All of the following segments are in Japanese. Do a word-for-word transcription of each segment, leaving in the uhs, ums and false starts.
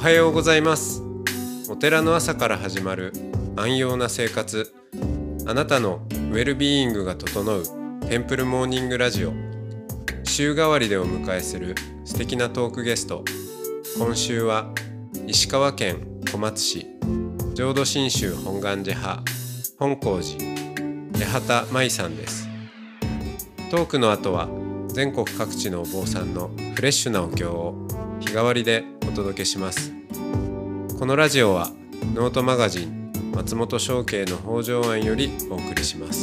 はようございます。お寺の朝から始まる安養な生活、あなたのウェルビーイングが整うテンプルモーニングラジオ。週替わりでお迎えする素敵なトークゲスト。今週は石川県小松市浄土真宗本願寺派本光寺八幡舞さんです。トークの後は全国各地のお坊さんのフレッシュなお経を日替わりでお届けします。このラジオはノートマガジン松本商家の北条庵よりお送りします。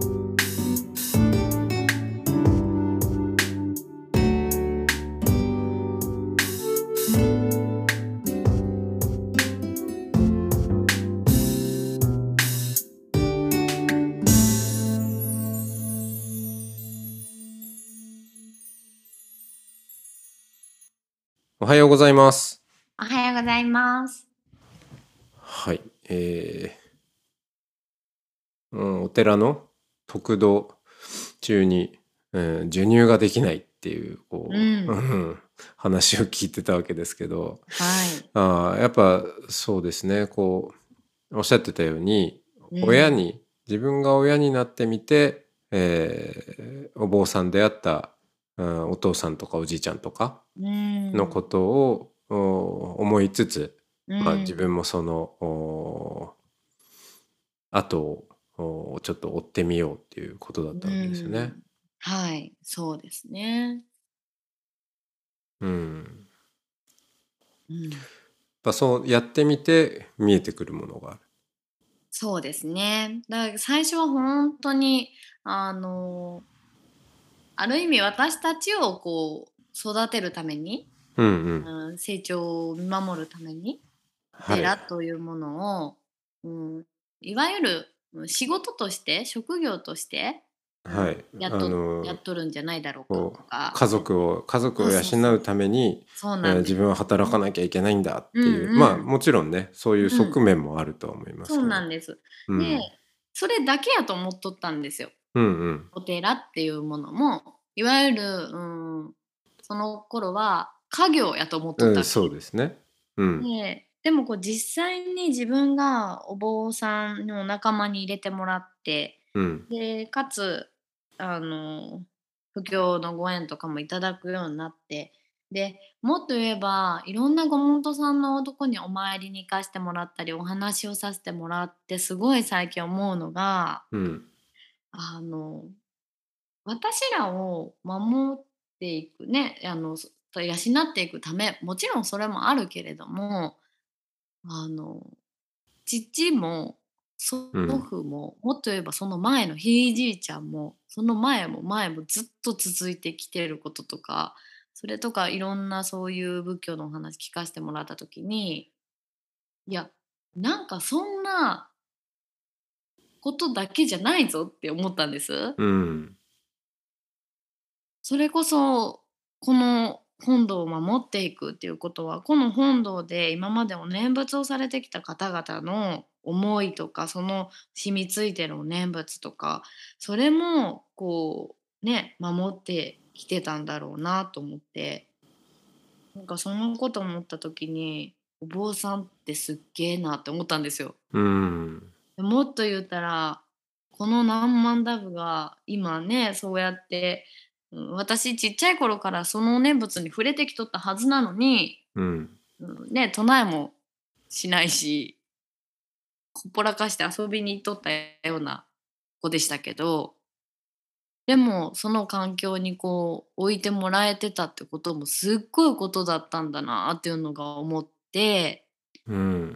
おはようございます。 おはようございます。 はい、えーうん、お寺の得度中に、うん、授乳ができないっていう、こう、 うんうん話を聞いてたわけですけど、 はい。 あーやっぱそうですね、こうおっしゃってたように、 うん親に自分が親になってみて、えーお坊さんであった、うん、お父さんとかおじいちゃんとかうんのことをお思いつつ、 うまあ、自ん分もそのお後をおちょっと追ってみようっていうことだっうたわけですよね。 んはい、そうですね。 うん。 うん、 やっぱそうやってみて見えてくるものがある。 そうですね。だから最初は本当にあのある意味私たちをこう育てるために、 うんうん。 うん、成長を見守るためにおはい。 寺というものを、うん、いわゆるうん仕事として職業として、うん、 はい。あやっとやのっとるんじゃないだろうかこうとか、 家族を家族そうを養そうそううために、 そうえーなんです。 自分は働かなきゃいけないんだっうんていう、まあうんもちろんね、そういううん、 側面もあるとは思いまそうすけど。 なんです。で、 うん。 それだけやと思っとったんですよ。 うんうん。 お寺っていうものも、いわゆる、うん、その頃は家業やと思っとっうん、 たわけ。 そうですね。うん。 で、でもこう実際に自分がお坊さんの仲間に入れてもらって、 うん。 で、かつ、あの、布教のご縁とかもいただくようになって、で、もっと言えば、いろんなご門徒さんのとこにお参りに行かしてもらったり、お話をさせてもらって、すごい最近思うのが、 うん。 あの、私らを守っていくね、あの、そ養っていくため、もちろんそれもあるけれども、あの、父も祖うん。 父も、もっと言えばその前のひいじいちゃんも、その前も前もずっと続いてきてることとか、それとかいろんなそういう仏教のお話聞かせてもらった時に、いや、なんかそんなことだけじゃないぞって思ったんです。 うん。 それこそ、この本堂を守っていくっていうことは、この本堂で今までお念仏をされてきた方々の思いとか、その染みついてるお念仏とか、それもこうね、守ってきてたんだろうなと思って、なんかそのこと思った時に、お坊さんってすっげえなって思ったんですよ。 うん。 もっと言ったら、この何万ダブが今ね、そうやって、うん、私ちっちゃい頃からその念仏に触れてきとったはずなのに、 うん。 うん、ね、唱えもしないし、ほっぽらかして遊びに行っとったような子でしたけど、でもその環境にこう置いてもらえてたってこともすっごいことだったんだなっていうのが思って、 うん。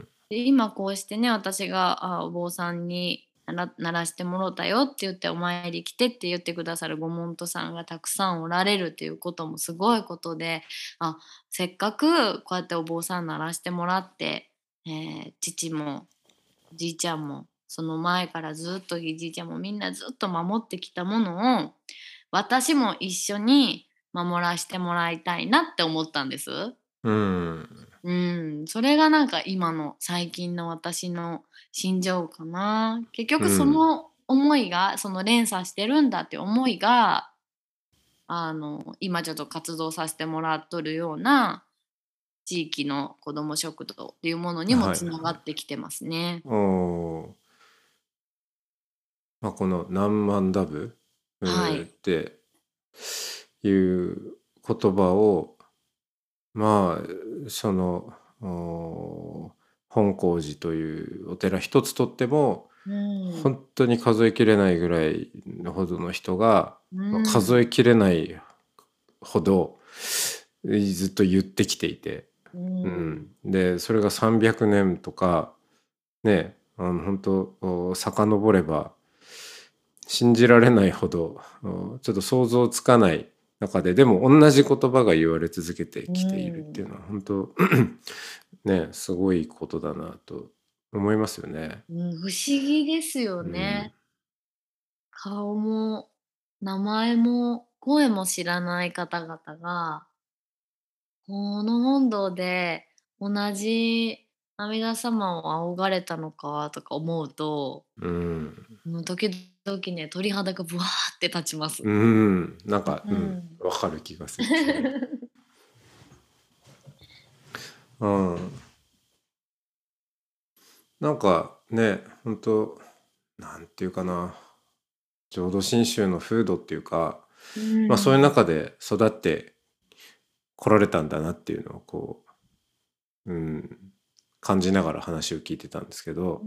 で、今こうしてね、私が、あ、お坊さんにならならしてもろうたよって言ってお参り来てって言ってくださるご門徒さんがたくさんおられるっていうこともすごいことで、あ、せっかくこうやってお坊さんならしてもらって、えー父もおじいちゃんもその前からずっとひいじいちゃんもみんなずっと守ってきたものを私も一緒に守らしてもらいたいなって思ったんです。 うん。 うん、それがなんか今の最近の私の心情かな。結局そうん。 の思いが、その連鎖してるんだって思いが、あの、今ちょっと活動させてもらっとるような地域の子ども食堂っていうものにもはいはい。 つながってきてますね。 おーまあ、この何万ダブ、えーっはい。 ていう言葉を、まあ、その、お本光寺というお寺一つとっても、 うん。 本当に数えきれないぐらいのほどの人が、 うまあ数ん。 えきれないほどずっと言ってきていて、 ううん。 ん、で、それがさんびゃくねんとか、ね、あの、本当、お遡れば、信じられないほど、おちょっと想像つかない中で、でも同じ言葉が言われ続けてうきているっていうん。 のは、本当、ね、すごいことだなと思いますよね。 うん、不思議ですようん。 ね。顔も名前も声も知らない方々が、この本堂で同じ阿弥陀様を仰がれたのかとか思うと、 うん。 もう時々ね、鳥肌がブワーって立ちます。 うん。なんか、うん。 うん。 わかる気がする、それ。うん。なんかね、本当なんていうかな。浄土真宗の風土っていうか、 うまあそういうん。 中で育って来られたんだなっていうのをこう、うん、感じながら話を聞いてたんですけど、 うん。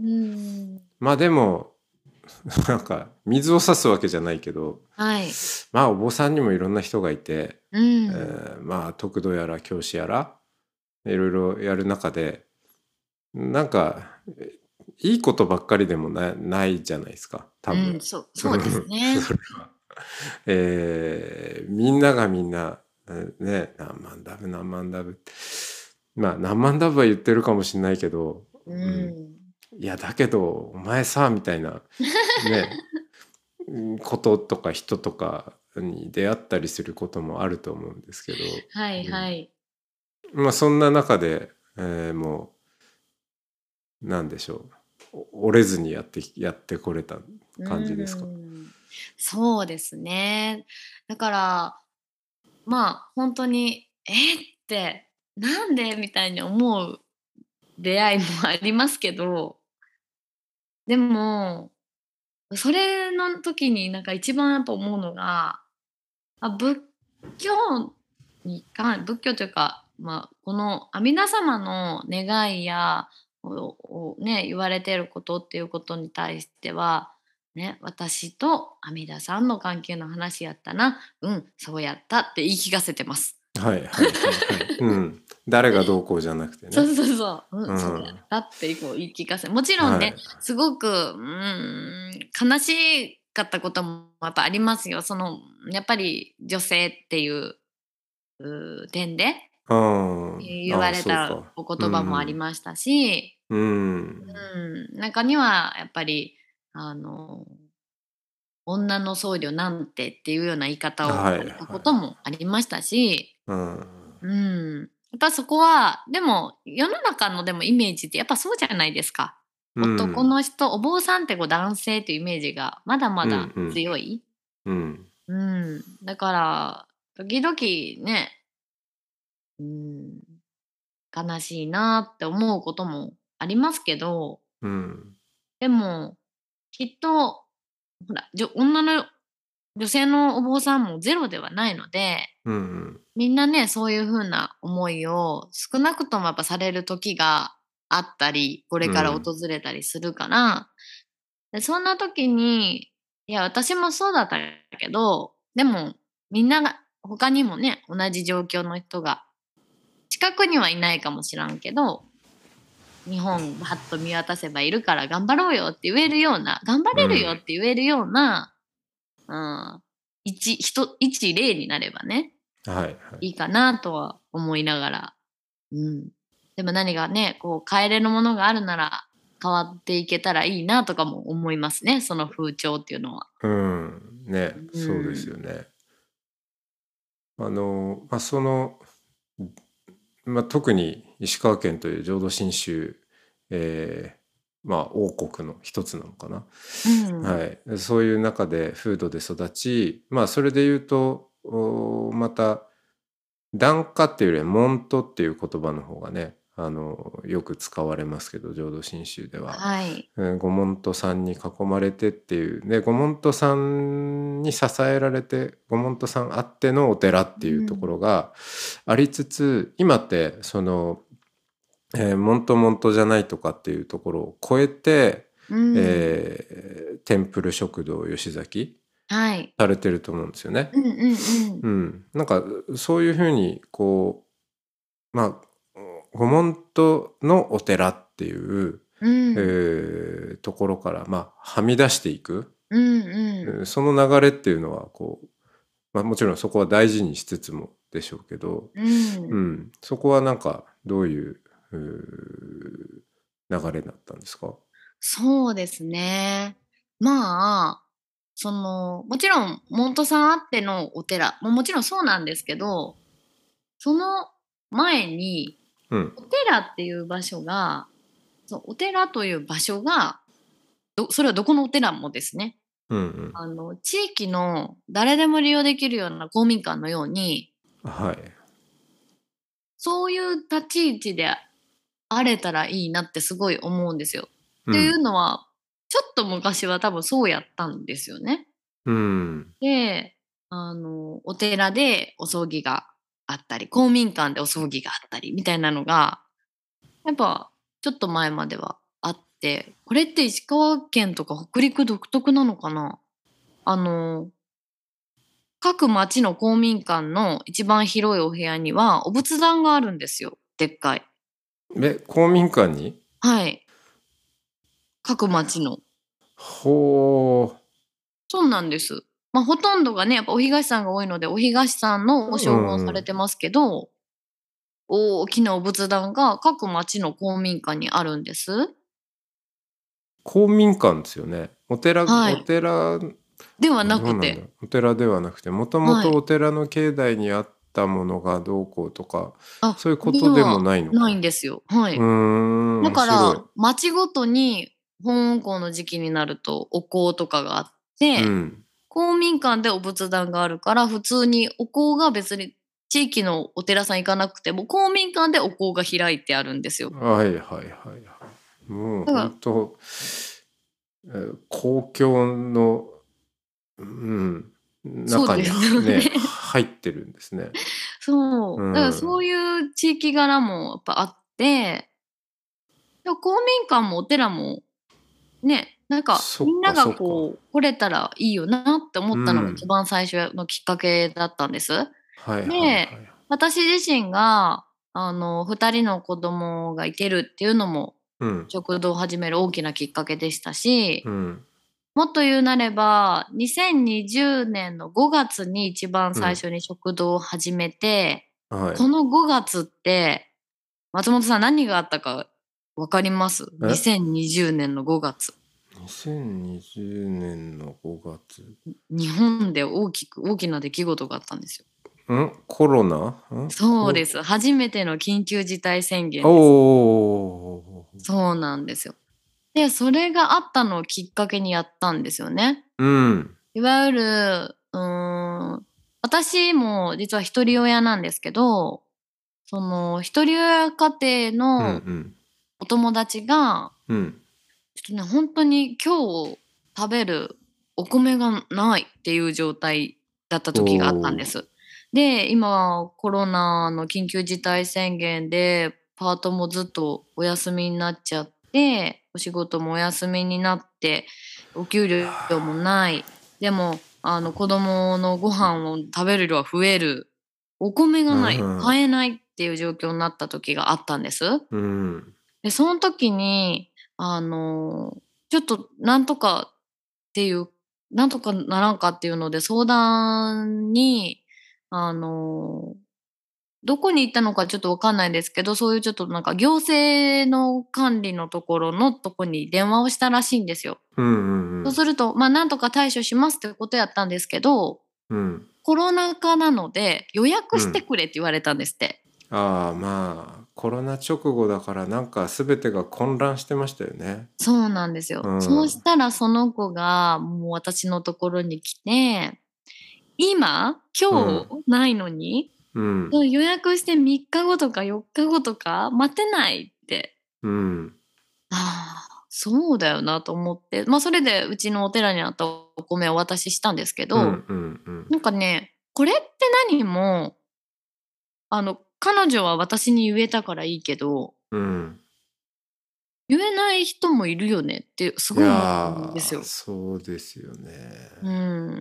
まあでも、なんか水を差すわけじゃないけど、 はい。 まあお坊さんにもいろんな人がいて、 うえん。 ーまあ得度やら教師やら、いろいろやる中で、なんか、いいことばっかりでもな、ないじゃないですか、多分。 うん、そうそうですね。 それは。えーみんながみんな、えーね、何万ダブ何万ダブって、まあ何万ダブは言ってるかもしれないけど、 ううん、 ん。 いやだけどお前さみたいなね、うんこととか人とかに出会ったりすることもあると思うんですけど、 はいうん、 はい。 まあそんな中で、えーもうなんでしょう、お折れずにやってやってこれたう感じですか？ ん。そうですね。だから、まあ、ほんとに「え！」って、「なんで？」みたいに思う出会いもありますけど、でも、それの時になんか一番やっぱ思うのが、あ、仏教にか仏教というか、まあ、この阿弥陀様の願いや、おおね、言われていることっていうことに対しては、ね、私と阿弥陀さんの関係の話やったな、うん、そうやったって言い聞かせてます。 はいはいはいはい。うん。誰がどうこうじゃなくてね。 そうそうそう、うん、そうやっうん。 たってこう言い聞かせもちろんね、 はい。 すごく、うーん、悲しかったこともやっぱありますよ。その、やっぱり女性っていう、う点であーあー、 言われそうか。 たおう言葉もありん。 ましたし、 うん。 うん、中にはやっぱり、あの、女の僧侶なんてっていうような言い方をはいはい。 されたこともありましたし、 うん。 うん。やっぱそこは、でも世の中のでもイメージってやっぱそうじゃないですか。 う男ん。 の人、お坊さんってこう男性っていうイメージがまだまうん。 だうん。 強い。 うん。 うん。だから、時々ね、うん、悲しいなって思うこともありますけど、 うん。 でも、きっと、ほら、じょ女の女性のお坊さんもゼロではないので、 うん。 みんなね、そういう風な思いを少なくともやっぱされる時があったり、これから訪うん。 れたりするから、で、そんな時に、いや、私もそうだったけど、でもみんなが他にもね、同じ状況の人が近くにはいないかもしらんけど、日本はっと見渡せばいるから頑張ろうよって言えるような、頑張れるよっうん。 て言えるような、うん、一人一例になればね、 はいはい。 いいかなとは思いながら、うん。でも何がね、こう変えれるものがあるなら、変わっていけたらいいなとかも思いますね、その風潮っていうのは。 うん。ね、 うそうですよん。 ね。あの、まあ、その、まあ、特に石川県という浄土真宗、えーまあ、王国の一つなのかな。 うん。 はい、そういう中で風土で育ち、まあ、それで言うとおまた檀家っていうよりは門徒っていう言葉の方がね、あのよく使われますけど、浄土真宗では、 はい。 えーご門徒さんに囲まれてっていうで、ご門徒さんに支えられて、ご門徒さんあってのお寺っていうところがありつつ、今ってその、えー、門徒門徒じゃないとかっていうところを超えて、 うん。 えーテンプル食堂吉崎はい。 されてると思うんですよね。 うんうんうん。 うん、なんかそういうふうにこう、まあご門徒のお寺っていう、 うん。 えーところから、まあ、はみ出していく、 うんうん。 うんその流れっていうのはこう、まあ、もちろんそこは大事にしつつもでしょうけど、 うん。 うん、そこはなんかどういう、うー流れだったんですか？ そうですね。まあ、その、もちろん、門徒さんあってのお寺ももちろんそうなんですけど、その前に、 うん、 お寺っていう場所が、そう、お寺という場所が、どそれはどこのお寺もですね、 うん、うん。 あの、地域の誰でも利用できるような公民館のように、 はい。 そういう立ち位置であれたらいいなってすごい思うんですよ。っていううん、 のは、ちょっと昔は多分そうやったんですよね。 うん、 で、あの、お寺でお葬儀があったり、公民館でお葬儀があったりみたいなのが、やっぱちょっと前まではあって、これって石川県とか北陸独特なのかな？あの、各町の公民館の一番広いお部屋にはお仏壇があるんですよ、でっかい。 え、公民館に？ はい、各町の。 ほそうなんです。まあ、ほとんどがね、やっぱお東さんが多いので、お東さんのう。 お称号さうん。 れてますけど、大きなお仏壇が各町の公民館にあるんです。 公民館ですよね。お寺、おはい。 寺、 ではなどうなんだ。 くて、 お寺ではなくて、もともはい。 とお寺の境内にあったものがどうこうとか、 あ、 そういうことでもではないのか。 ないんですよ。はうーい。 ん、 だ面白い。 から、町ごとに本運行の時期になるとお香とかがあって、 うん。 公民館でお仏壇があるから、普通にお香が別に地域のお寺さん行かなくても、公民館でお香が開いてあるんですよ。 はいはいはいはい。もうだから本当、えー公共の、うん、中にそうですよね。 ね、入ってるんですね。うそう。だからそん。 ういう地域柄もやっぱあって、でも公民館もお寺もね、なんかそっかみんながそっか。 こう来れたらいいよなって思ったのが一うん。 番最初のきっかけだったんです。 はいはいはで、 い。 私自身があのふたりの子供がいてるっていうのもうん。 食堂を始める大きなきっかけでしたし、 うん。 もっと言うなれば、にせんにじゅうねんのごがつに一番うん。 最初に食堂を始めて、 はい。 このごがつって、松本さん何があったか分かります？ えにせんにじゅう 年のごがつ。 にせんにじゅうねんのごがつ。 日本で大きく大きな出来事があったんですよ。 んコロナんこそうです。初めての緊急事態宣お言です。 おそうなんですよ。で、それがあったのをきっかけにやったんですよね。 うん。 いわゆる、うーん、私も実は一人親なんですけど、その一人親家庭うんうのん。 お友達が、 うん。 ちょっとね、本当に今日食べるお米がないっていう状態だったお時があったんでお。 す。で、今コロナの緊急事態宣言でパートもずっとお休みになっちゃって、お仕事もお休みになって、お給料もない。でも、あの子供のご飯を食べる量は増える。お米がうない、 ん。 買えないっていう状況になった時があったんです。 うん。 で、その時に、あの、ちょっとなんとかっていう、なんとかならんかっていうので相談に、あの、どこに行ったのかちょっとわかんないですけど、そういうちょっとなんか行政の管理のところのとこに電話をしたらしいんですよ。 うんうんそうすると、まあ、なんとか対処しますってことやったんですけど、 うん。うん。 コロナ禍なので予約してうん。 くれって言われたんですって。 ああ、まあ、コロナ直後だからなんか全てが混乱してましたよね。 そうなんですうよ。そうしん。 たらその子がもう私のところに来て、今、今日うん。 ないのに、 うん。 そう予約してみっかごとかよっかごとか待てないって。 うん。 ああ、そうだよなと思って、まあ、それでうちのお寺にあったお米をお渡ししたんですけうん。 ど、 うん。うん。 なんかね、これって何も、あの、彼女は私に言えたからいいけど、 うん。 言えない人もいるよねってすいごい思ったんですやー、 よ。 そうですよね。 うん。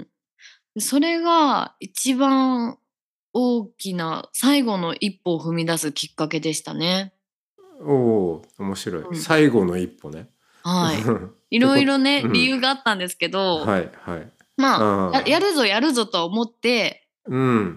それが一番大きな最後の一歩を踏み出すきっかけでしたね。 おお、面白い。 うん。 最後の一歩ね。 はい。 ってこと、 いろいろね、理うん。 由があったんですけど、 はい、はい。 まあ、ややああ、 るぞやるぞと思って、 うん、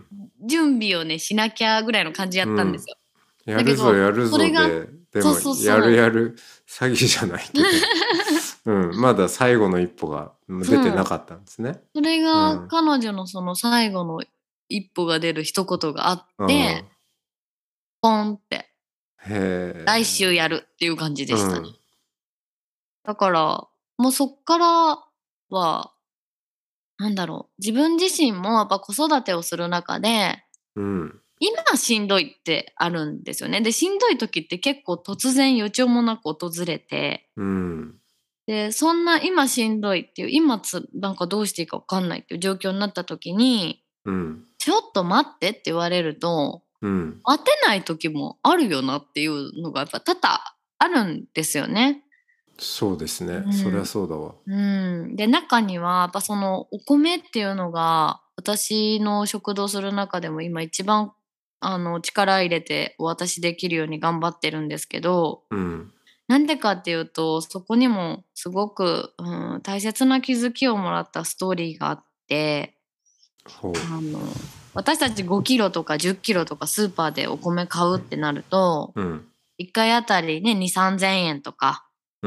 準備をね、しなきゃぐらいの感じやっうん。 たんですよ。 やるぞだけど、 やるそれがぞで、でも、 そうそうやるそう。 やる詐欺じゃないけど、うん、まだ最後の一歩が出てなそう。 かったんですね。 それがうん。 彼女のその最後の一歩が出る一言があっあて、 あ、 ポンって、 へ来週やえ。 るっていう感じでしたね。 うん、 だから、もうそっからは、なんだろう、自分自身もやっぱ子育てをする中で、 うん、 今しんどいってあるんですよね。で、しんどい時って結構突然予兆もなく訪れて、 うん、 で、そんな今しんどいっていう、今つなんかどうしていいかわかんないっていう状況になった時に、 うん、 ちょっと待ってって言われると、 うん。 待てない時もあるよなっていうのがやっぱ多々あるんですよね。 そうですね。そりゃうん。 そうだわ。 うん。で、中にはやっぱそのお米っていうのが、私の食堂する中でも今一番あの力入れてお渡しできるように頑張ってるんですけど、 うん、 なんでかっていうと、そこにもすごく、うん、大切な気づきをもらったストーリーがあって、 ほう。 あの、私たちごキロとかじゅっキロとかスーパーでお米買うってなると、 うん、 いっかいあたりね、に、さんぜんえんとか、 うん、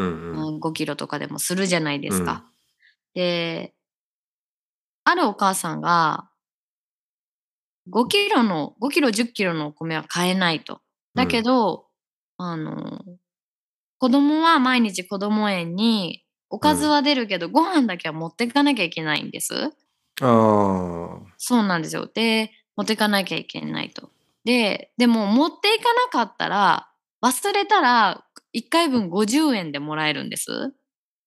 うん、ごキロとかでもするじゃないでうん、うん、 すか。で、あるお母さんが、ごキロの、ごキロ、じゅっキロのお米は買えないと。だけうん。 ど、あの、子供は毎日子供園に、おかずうん。 は出るけど、ご飯だけは持ってかなきゃいけないんです。 ああ、 そうなんですよ。で、持ってかなきゃいけないと。で、でも持っていかなかったら、忘れたらいっかいぶんごじゅうえんでもらえるんです。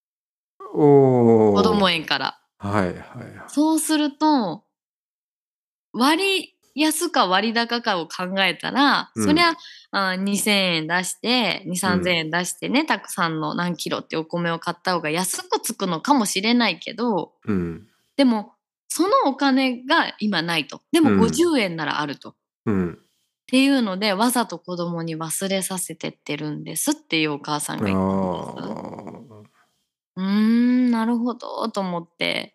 子おお、 供園から。 はいはいはい。 そうすると、割安か割高かを考えたら、 うん、 そりゃ、あ、にせんえん出して、に、 うん、 さんぜんえん出してね、たくさんの何キロってお米を買った方が安くつくのかもしれないけど、 うん、 でも、そのお金が今ないと。でも50 うん、 円ならあると。っうん。 ていうので、わざと子供に忘れさせてってるんですっていうお母さんがいたんです。 あうーん、なるほどと思って。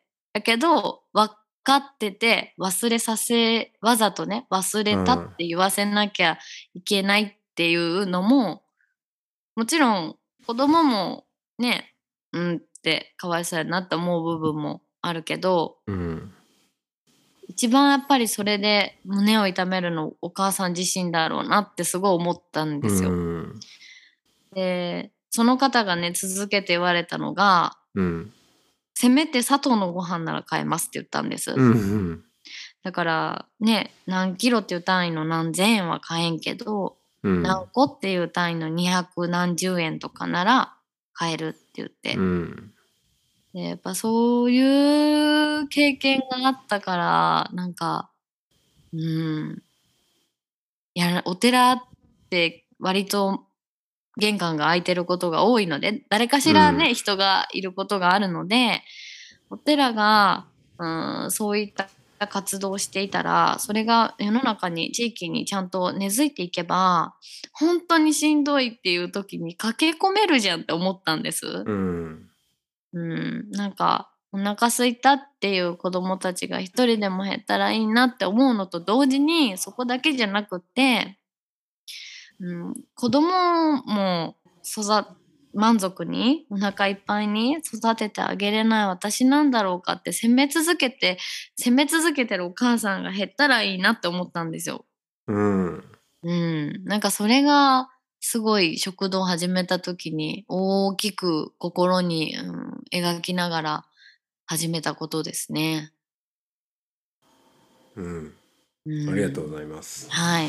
だけど、分かってて、忘れさせわざとね、忘れたっあ、 て言わせなきゃいけないっていうのも、もちろん子供もね、うんってかわいそうやなって思う部分もあるけど、 うん、うん、 一番やっぱりそれで胸を痛めるのお母さん自身だろうなってすごい思ったんうですよ。 ん、 で、その方がね、続けて言われたのが、 うん、 せめて砂糖のご飯なら買えますって言ったんです。 うん、 だからね、何キロっていう単位の何千円は買えんけど、何うん、 個っていう単位のにひゃく何十円とかなら買えるって言っうて。 ん、 で、やっぱそういう経験があったから、なんか、うん、やらお寺って割と玄関が開いてることが多いので、誰かしうん、 らね、人がいることがあるので、お寺が、うん、そういった活動をしていたら、それが世の中に、地域にちゃんと根付いていけば、本当にしんどいっていう時に駆け込めるじゃんって思ったんです。 うん、 うん、なんか、お腹空いたっていう子供たちが一人でも減ったらいいなって思うのと同時に、そこだけじゃなくて、うん、子供も育満足にお腹いっぱいに育ててあげれない私なんだろうかって責め続けて責め続けてるお母さんが減ったらいいなって思ったんですよ。 うん。 うん、なんかそれがすごい食堂を始めた時に大きく心に、うん、描きながら始めたことですね。 うん。 うん、 ありがとうございます。 はい。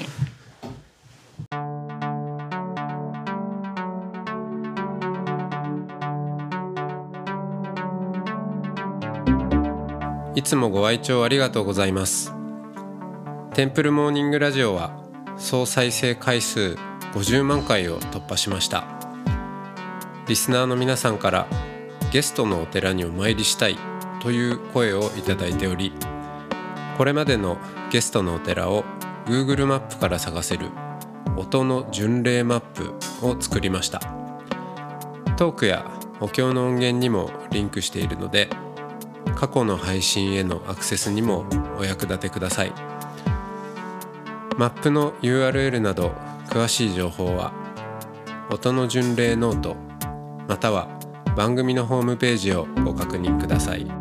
いつもご愛聴ありがとうございます。テンプルモーニングラジオは総再生回数ごじゅうまんかいを突破しました。リスナーの皆さんからゲストのお寺にお参りしたいという声をいただいており、これまでのゲストのお寺を Google マップから探せる音の巡礼マップを作りました。トークやお経の音源にもリンクしているので、過去の配信へのアクセスにもお役立てください。マップの ユーアールエル など詳しい情報は音の巡礼ノートまたは番組のホームページをご確認ください。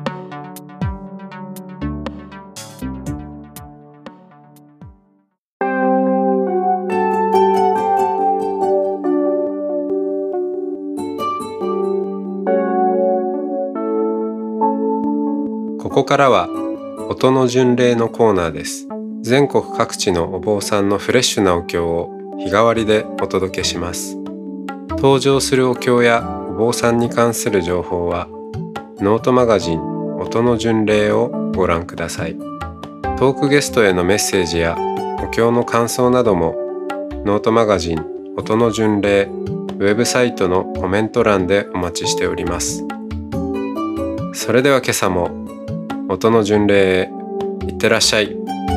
ここからは音の巡礼のコーナーです。全国各地のお坊さんのフレッシュなお経を日替わりでお届けします。登場するお経やお坊さんに関する情報はノートマガジン音の巡礼をご覧ください。トークゲストへのメッセージやお経の感想などもノートマガジン音の巡礼ウェブサイトのコメント欄でお待ちしております。それでは今朝も音の巡礼へいってらっしゃい。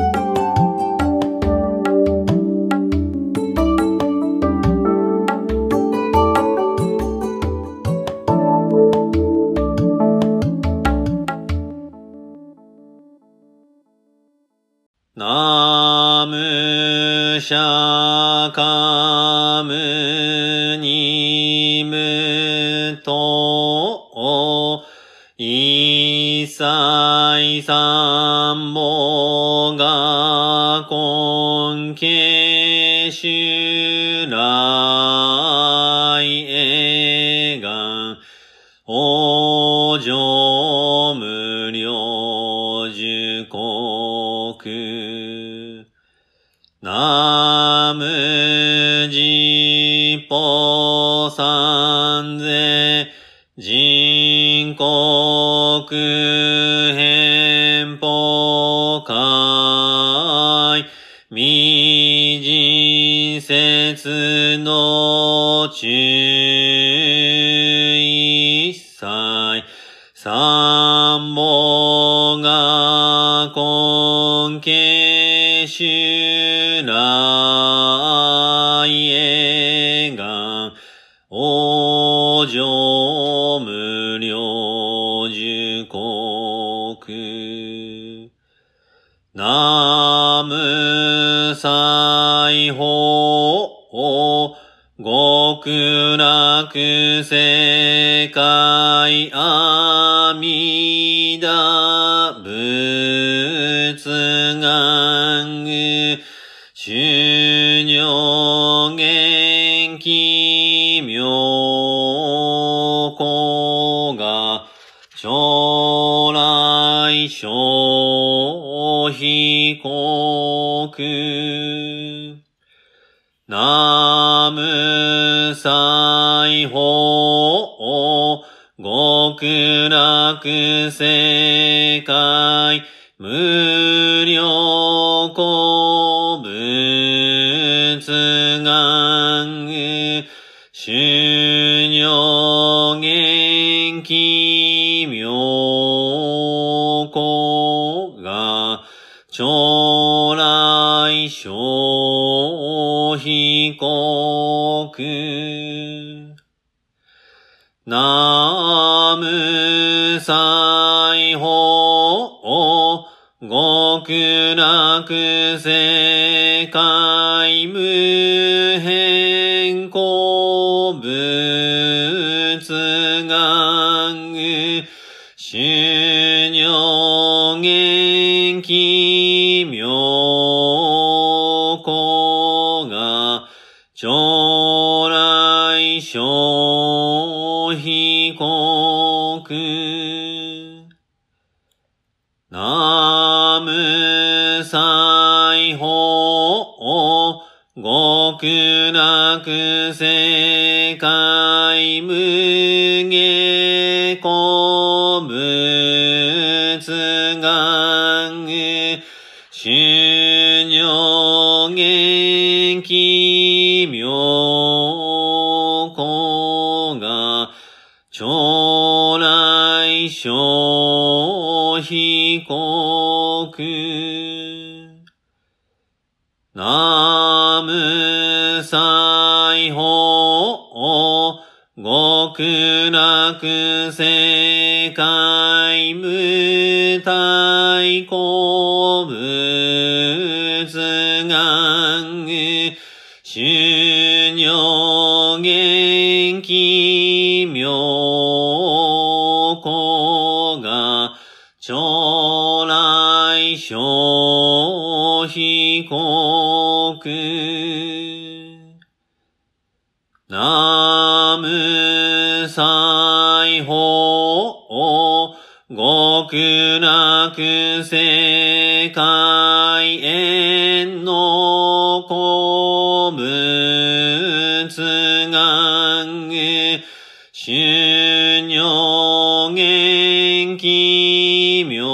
ナムシャカムニムトイサイサンボガコンケシュライエガンおじょ無料受国ナムジポサンゼ人国変法会未人説の中一切三宝が根家修来へ願往生無料受国ナム西方極楽世界阿弥陀仏願修行元気妙高が将来小非国ナム西方極楽世界無量古仏願修行元気妙高が将来小非国ナム西方極楽世界無変古仏願修行元気妙高が将来小非国ナムサ極楽世界無下古仏願修行元気妙高が将来小被告南無西方極楽世界無体古仏願修行元気妙高が将来小被告南無西方極楽世界縁の古仏願修行元気妙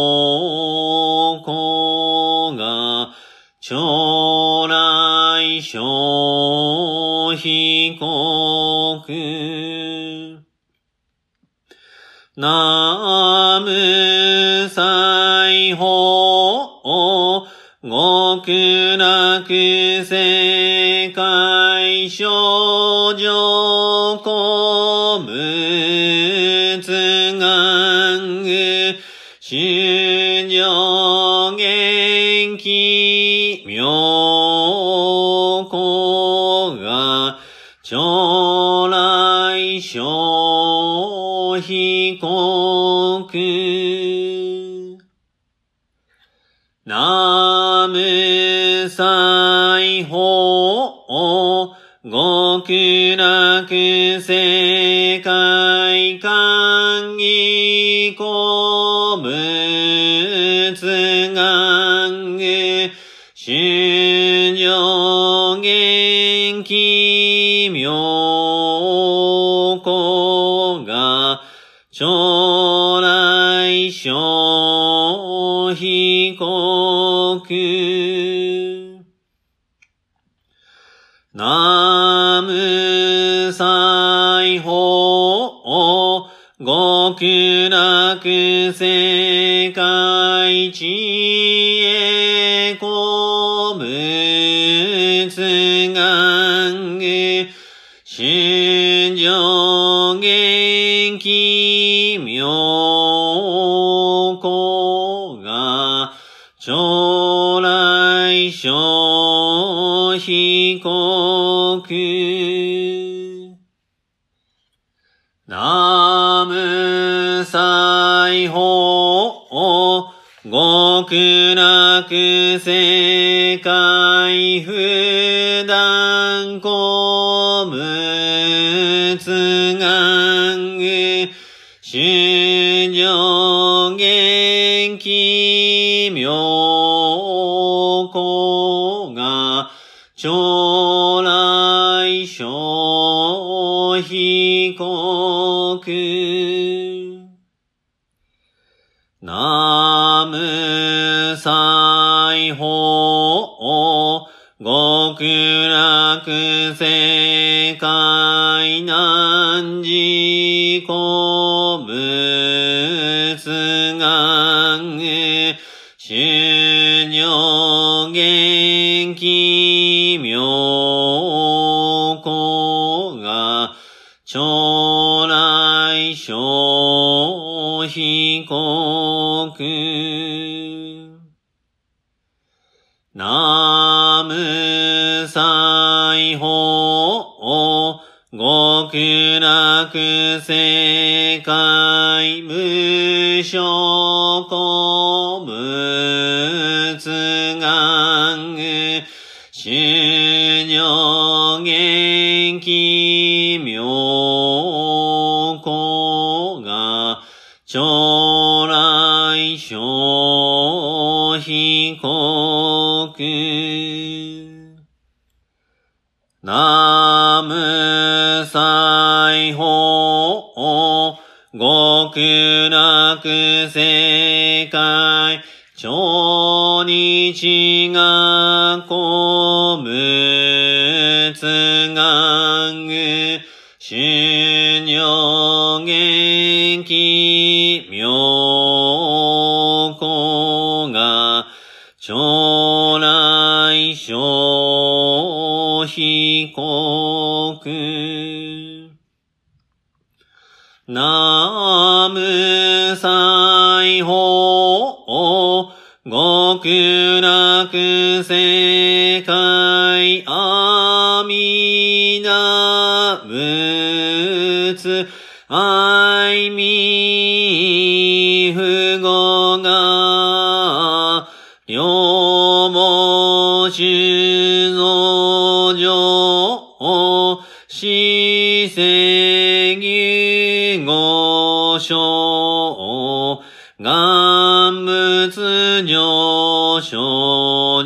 高が将来小被告南無西方極楽世界少女古仏願修行元気妙高が将来小被告南無西方極楽世界簡易古仏願修行元気妙高が将来小被告南無西方極楽世界智慧古仏願修行元気妙高が将来小被告南無西方極楽世界普段古仏願修行元気妙高が将来小被告南無西方極楽世界汝事古仏願修行元気妙高が将来小被告南無西方極楽世界無所古仏願修行元気妙高が将来小被告ナムサイホー極楽世界超日が古仏願具修行元気妙高が将来小被告ナムサイホー極楽世界阿弥陀仏愛弥不語が両母主の上四世義五章願仏上昇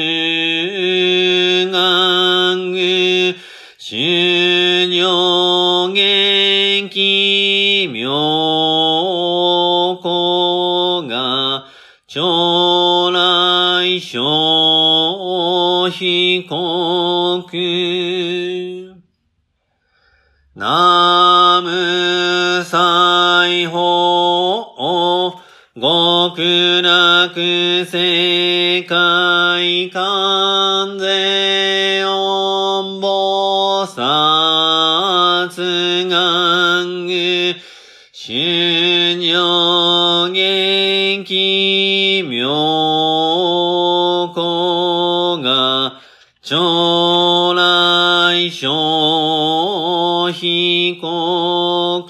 十願具修行元気妙高が将来小被告ナムサイホー極楽世界観世音菩薩願具修行元気妙高が将来小被告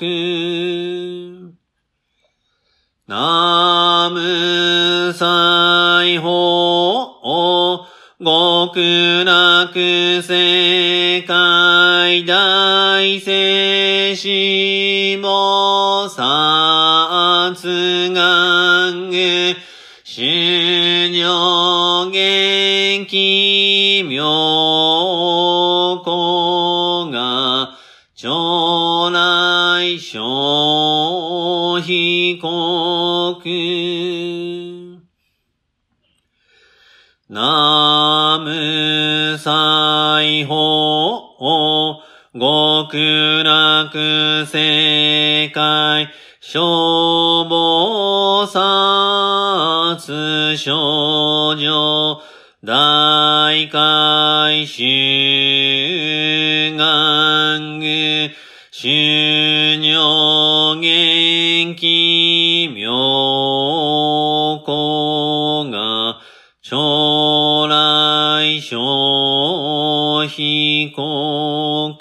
ナムサイホー極楽世界大聖子菩薩願具修行元気妙高が将来小被告ナムサイホー極楽世界小菩薩少女大海修願具修行元気妙高が将来小被告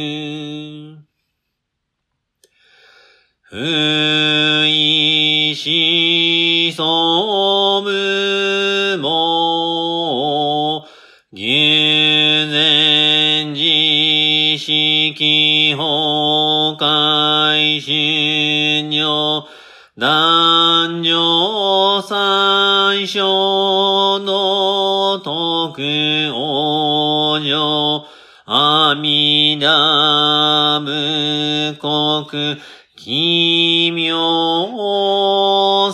不意思相無も牛前自識崩壊修行男女三章の徳往生阿弥陀無国奇妙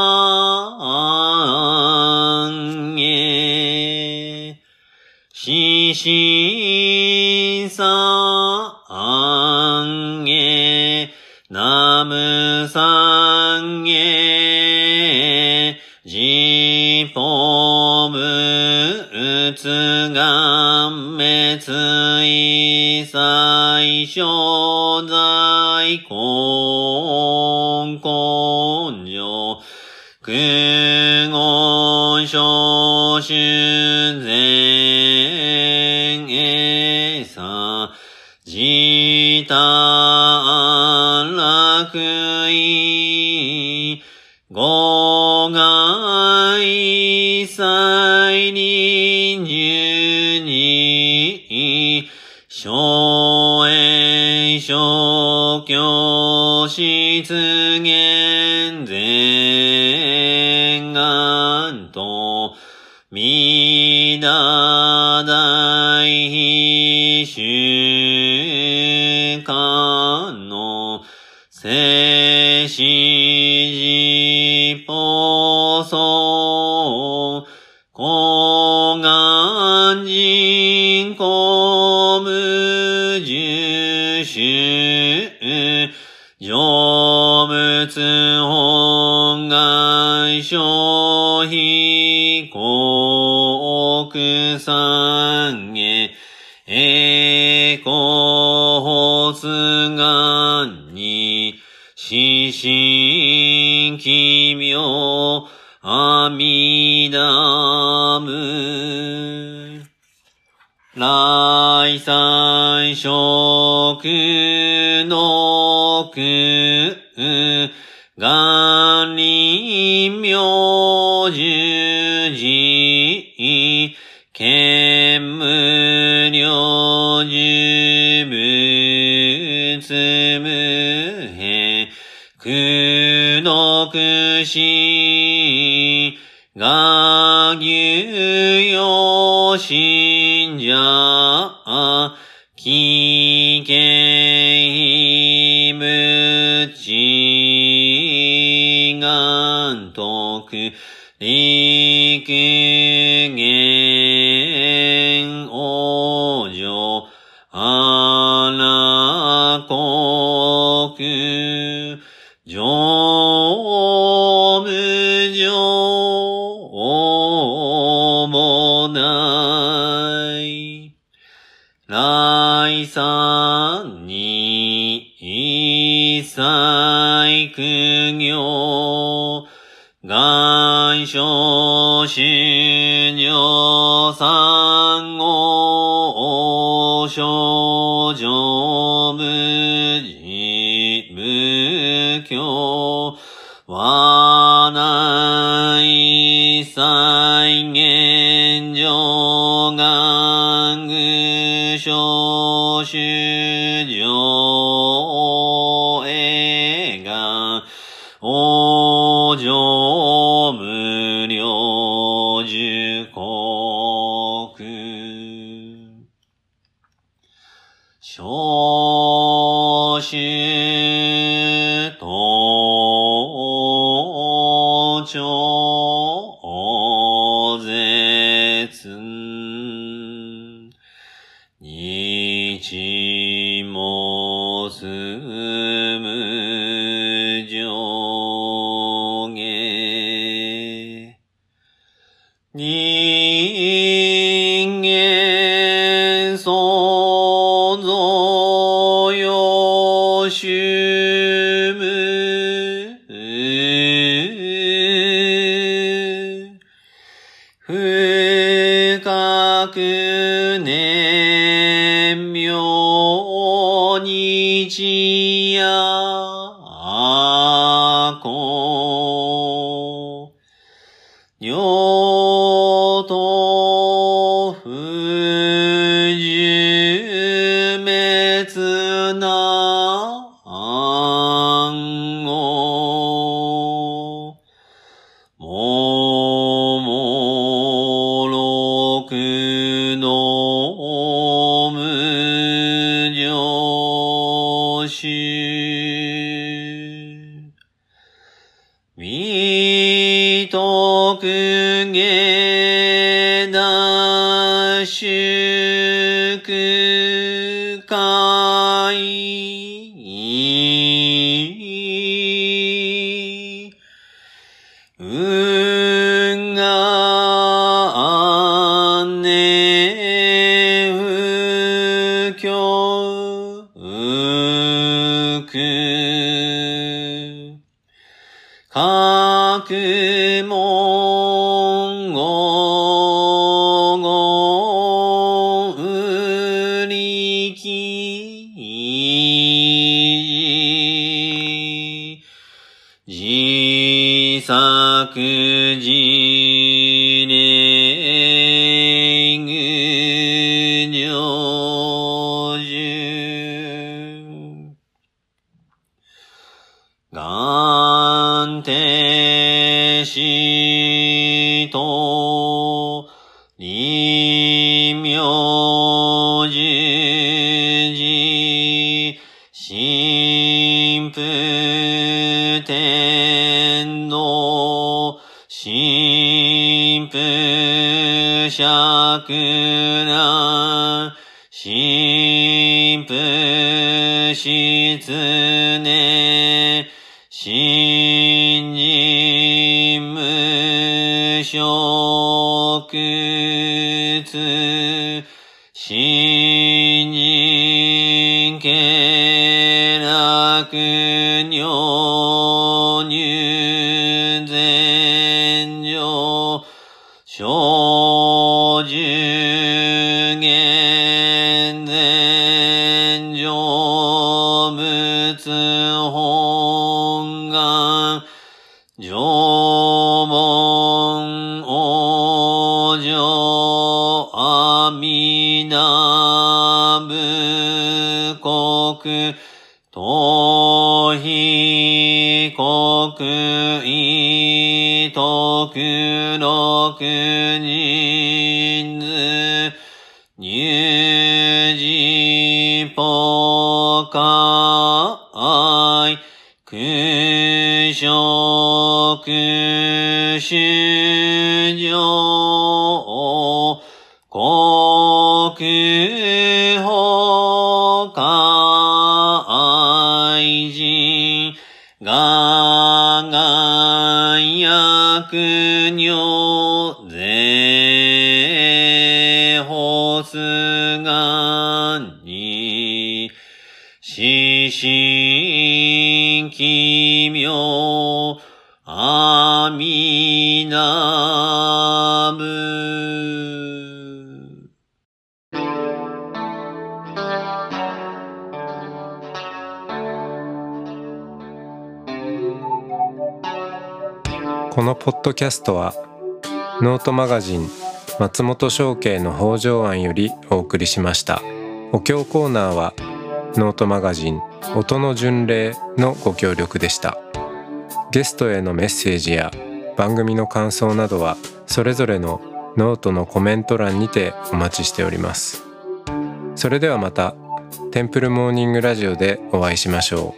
三へ四心三へ南無三へ自法仏願滅異最小在根根性苦言小修善へさ自他安楽意五害一切臨終に小縁小教出現全願と弥陀大悲週間の聖子寺法僧高願人公無住宗成仏本願消費国三下栄光発願に四神奇妙阿弥陀無来祭食の苦願臨明十字見無量寿仏無辺苦毒死我牛よ信者危険無知願徳陸言往生阿羅国上無上もない来三に一切苦行願書修行三号少女無事無教和内再現上願具小修上映画往生無量寿国小修と超絶日もすむ上下人間創造よしゅむ深く念妙日夜こ両と不寿滅な暗号ももろくの無常種美徳下脱祝会運が安寧不況苦各門語語うりき自作自念具成就願定しと利妙寿神父釈羅、神父失念、新人無職通、新人経絡尿入前上、小十元前上仏本願、上門往生阿弥陀仏国、逃避国威徳六人数、入寺法界、空食修上、国法界人、がが薬尿税法すがに、四神奇妙阿弥陀仏。 このポッドキャストはノートマガジン松本商家の北条庵よりお送りしました。お経コーナーはノートマガジン音の巡礼のご協力でした。ゲストへのメッセージや番組の感想などはそれぞれのノートのコメント欄にてお待ちしております。それではまたテンプルモーニングラジオでお会いしましょう。